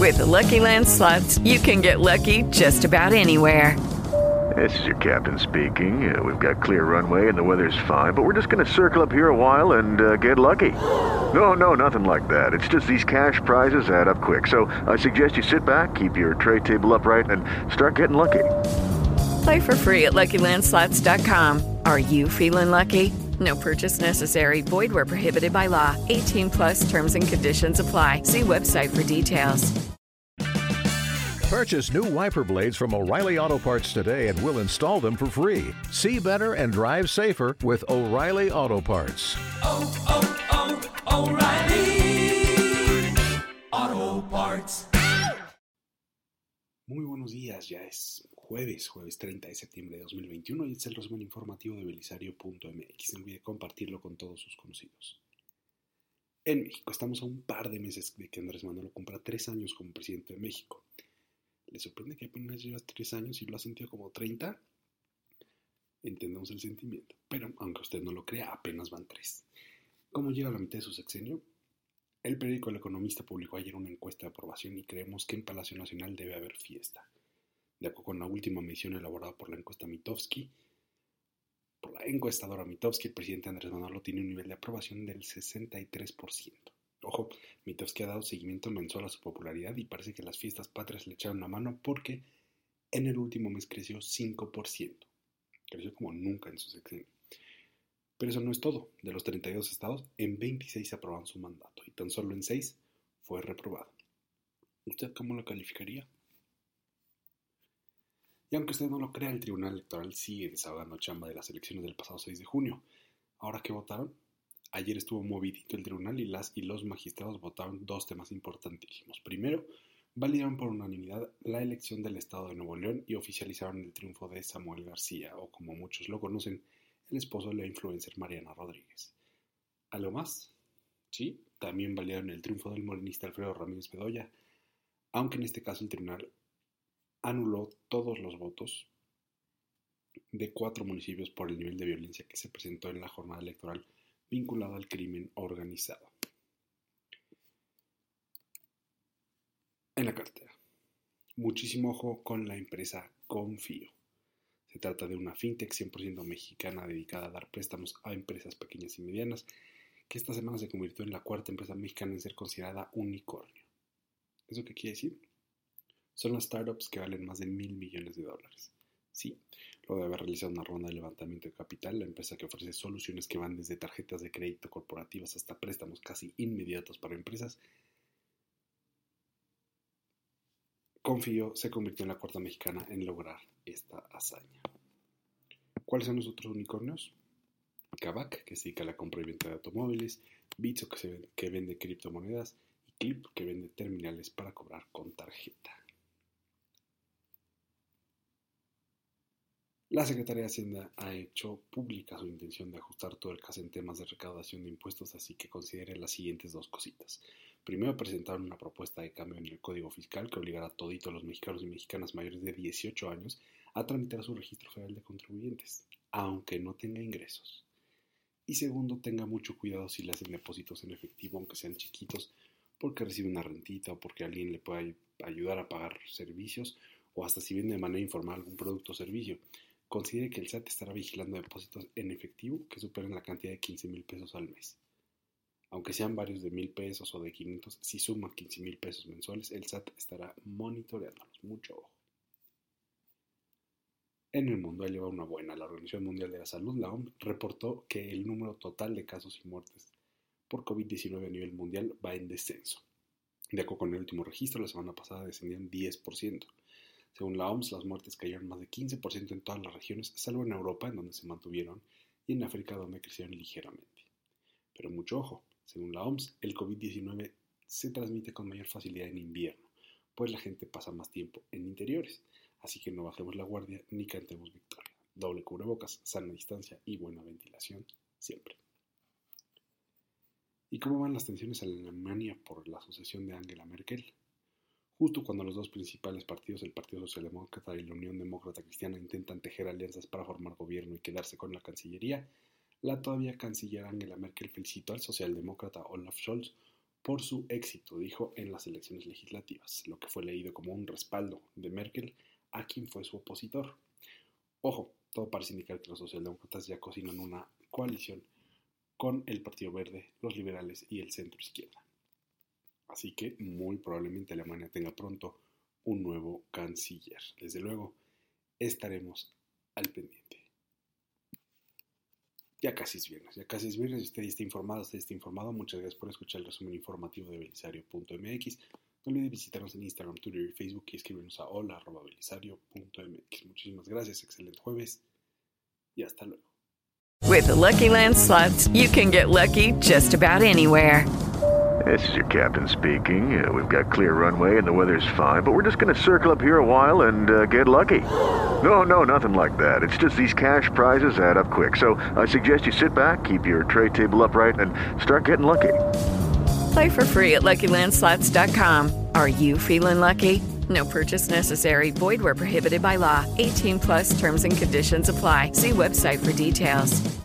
With the Lucky Land Slots, you can get lucky just about anywhere. This is your captain speaking. We've got clear runway and the weather's fine, but we're just going to circle up here a while and get lucky. No, nothing like that. It's just these cash prizes add up quick. So I suggest you sit back, keep your tray table upright, and start getting lucky. Play for free at LuckyLandSlots.com. Are you feeling lucky? No purchase necessary. Void where prohibited by law. 18 plus terms and conditions apply. See website for details. Purchase new wiper blades from O'Reilly Auto Parts today and we'll install them for free. See better and drive safer with O'Reilly Auto Parts. O'Reilly Auto Parts. Muy buenos días, ya es jueves 30 de septiembre de 2021 y este es el resumen informativo de Belisario.mx. No olvide compartirlo con todos sus conocidos. En México estamos a un par de meses de que Andrés Manuel cumpla 3 años como presidente de México. ¿Le sorprende que apenas lleva 3 años y lo ha sentido como 30? Entendemos el sentimiento, pero aunque usted no lo crea, apenas van 3. ¿Cómo llega a la mitad de su sexenio? El periódico El Economista publicó ayer una encuesta de aprobación y creemos que en Palacio Nacional debe haber fiesta. De acuerdo con la última medición elaborada por la encuestadora Mitofsky, el presidente Andrés Manuel tiene un nivel de aprobación del 63%. Ojo, Mitofsky ha dado seguimiento mensual a su popularidad y parece que las fiestas patrias le echaron la mano porque en el último mes creció 5%. Creció como nunca en su sexenio. Pero eso no es todo. De los 32 estados, en 26 aprobaron su mandato y tan solo en 6 fue reprobado. ¿Usted cómo lo calificaría? Y aunque usted no lo crea, el Tribunal Electoral sigue desahogando chamba de las elecciones del pasado 6 de junio. ¿Ahora qué votaron? Ayer estuvo movidito el tribunal y los magistrados votaron 2 temas importantísimos. Primero, validaron por unanimidad la elección del estado de Nuevo León y oficializaron el triunfo de Samuel García, o como muchos lo conocen, el esposo de la influencer Mariana Rodríguez. ¿Algo más? Sí, también validaron el triunfo del morenista Alfredo Ramírez Bedoya, aunque en este caso el tribunal anuló todos los votos de 4 municipios por el nivel de violencia que se presentó en la jornada electoral vinculado al crimen organizado. En la cartera, muchísimo ojo con la empresa Confío. Se trata de una fintech 100% mexicana dedicada a dar préstamos a empresas pequeñas y medianas, que esta semana se convirtió en la 4ª empresa mexicana en ser considerada unicornio. ¿Eso qué quiere decir? Son las startups que valen más de $1,000 millones. Sí, luego de haber realizado una ronda de levantamiento de capital, la empresa que ofrece soluciones que van desde tarjetas de crédito corporativas hasta préstamos casi inmediatos para empresas, Confío se convirtió en la 4ª mexicana en lograr esta hazaña. ¿Cuáles son los otros unicornios? Kavak, que se dedica a la compra y venta de automóviles, Bitso, que vende criptomonedas, y Clip, que vende terminales para cobrar con tarjeta. La Secretaría de Hacienda ha hecho pública su intención de ajustar todo el caso en temas de recaudación de impuestos, así que considere las siguientes 2 cositas. Primero, presentaron una propuesta de cambio en el Código Fiscal que obligará a toditos los mexicanos y mexicanas mayores de 18 años a tramitar su registro federal de contribuyentes, aunque no tenga ingresos. Y segundo, tenga mucho cuidado si le hacen depósitos en efectivo, aunque sean chiquitos, porque recibe una rentita o porque alguien le puede ayudar a pagar servicios o hasta si vende de manera informal algún producto o servicio. Considere que el SAT estará vigilando depósitos en efectivo que superen la cantidad de 15,000 pesos al mes. Aunque sean varios de 1,000 pesos o de 500, si suman 15,000 pesos mensuales, el SAT estará monitoreándolos. Mucho ojo. En el mundo, ahí le va una buena. La Organización Mundial de la Salud, la OMS, reportó que el número total de casos y muertes por COVID-19 a nivel mundial va en descenso. De acuerdo con el último registro, la semana pasada descendían 10%. Según la OMS, las muertes cayeron más de 15% en todas las regiones, salvo en Europa, en donde se mantuvieron, y en África, donde crecieron ligeramente. Pero mucho ojo, según la OMS, el COVID-19 se transmite con mayor facilidad en invierno, pues la gente pasa más tiempo en interiores, así que no bajemos la guardia ni cantemos victoria. Doble cubrebocas, sana distancia y buena ventilación, siempre. ¿Y cómo van las tensiones en Alemania por la sucesión de Angela Merkel? Justo cuando los 2 principales partidos, el Partido Socialdemócrata y la Unión Demócrata Cristiana, intentan tejer alianzas para formar gobierno y quedarse con la Cancillería, la todavía canciller Angela Merkel felicitó al socialdemócrata Olaf Scholz por su éxito, dijo, en las elecciones legislativas, lo que fue leído como un respaldo de Merkel a quien fue su opositor. Ojo, todo parece indicar que los socialdemócratas ya cocinan una coalición con el Partido Verde, los liberales y el centro izquierda. Así que muy probablemente Alemania tenga pronto un nuevo canciller. Desde luego, estaremos al pendiente. Ya casi es viernes, usted está informado, muchas gracias por escuchar el resumen informativo de belisario.mx. No olvide visitarnos en Instagram, Twitter y Facebook y escribirnos a hola@belisario.mx. Muchísimas gracias, excelente jueves y hasta luego. With the Lucky Land Slots, you can get lucky just about anywhere. This is your captain speaking. We've got clear runway and the weather's fine, but we're just going to circle up here a while and get lucky. No, nothing like that. It's just these cash prizes add up quick. So I suggest you sit back, keep your tray table upright, and start getting lucky. Play for free at LuckyLandSlots.com. Are you feeling lucky? No purchase necessary. Void where prohibited by law. 18+ terms and conditions apply. See website for details.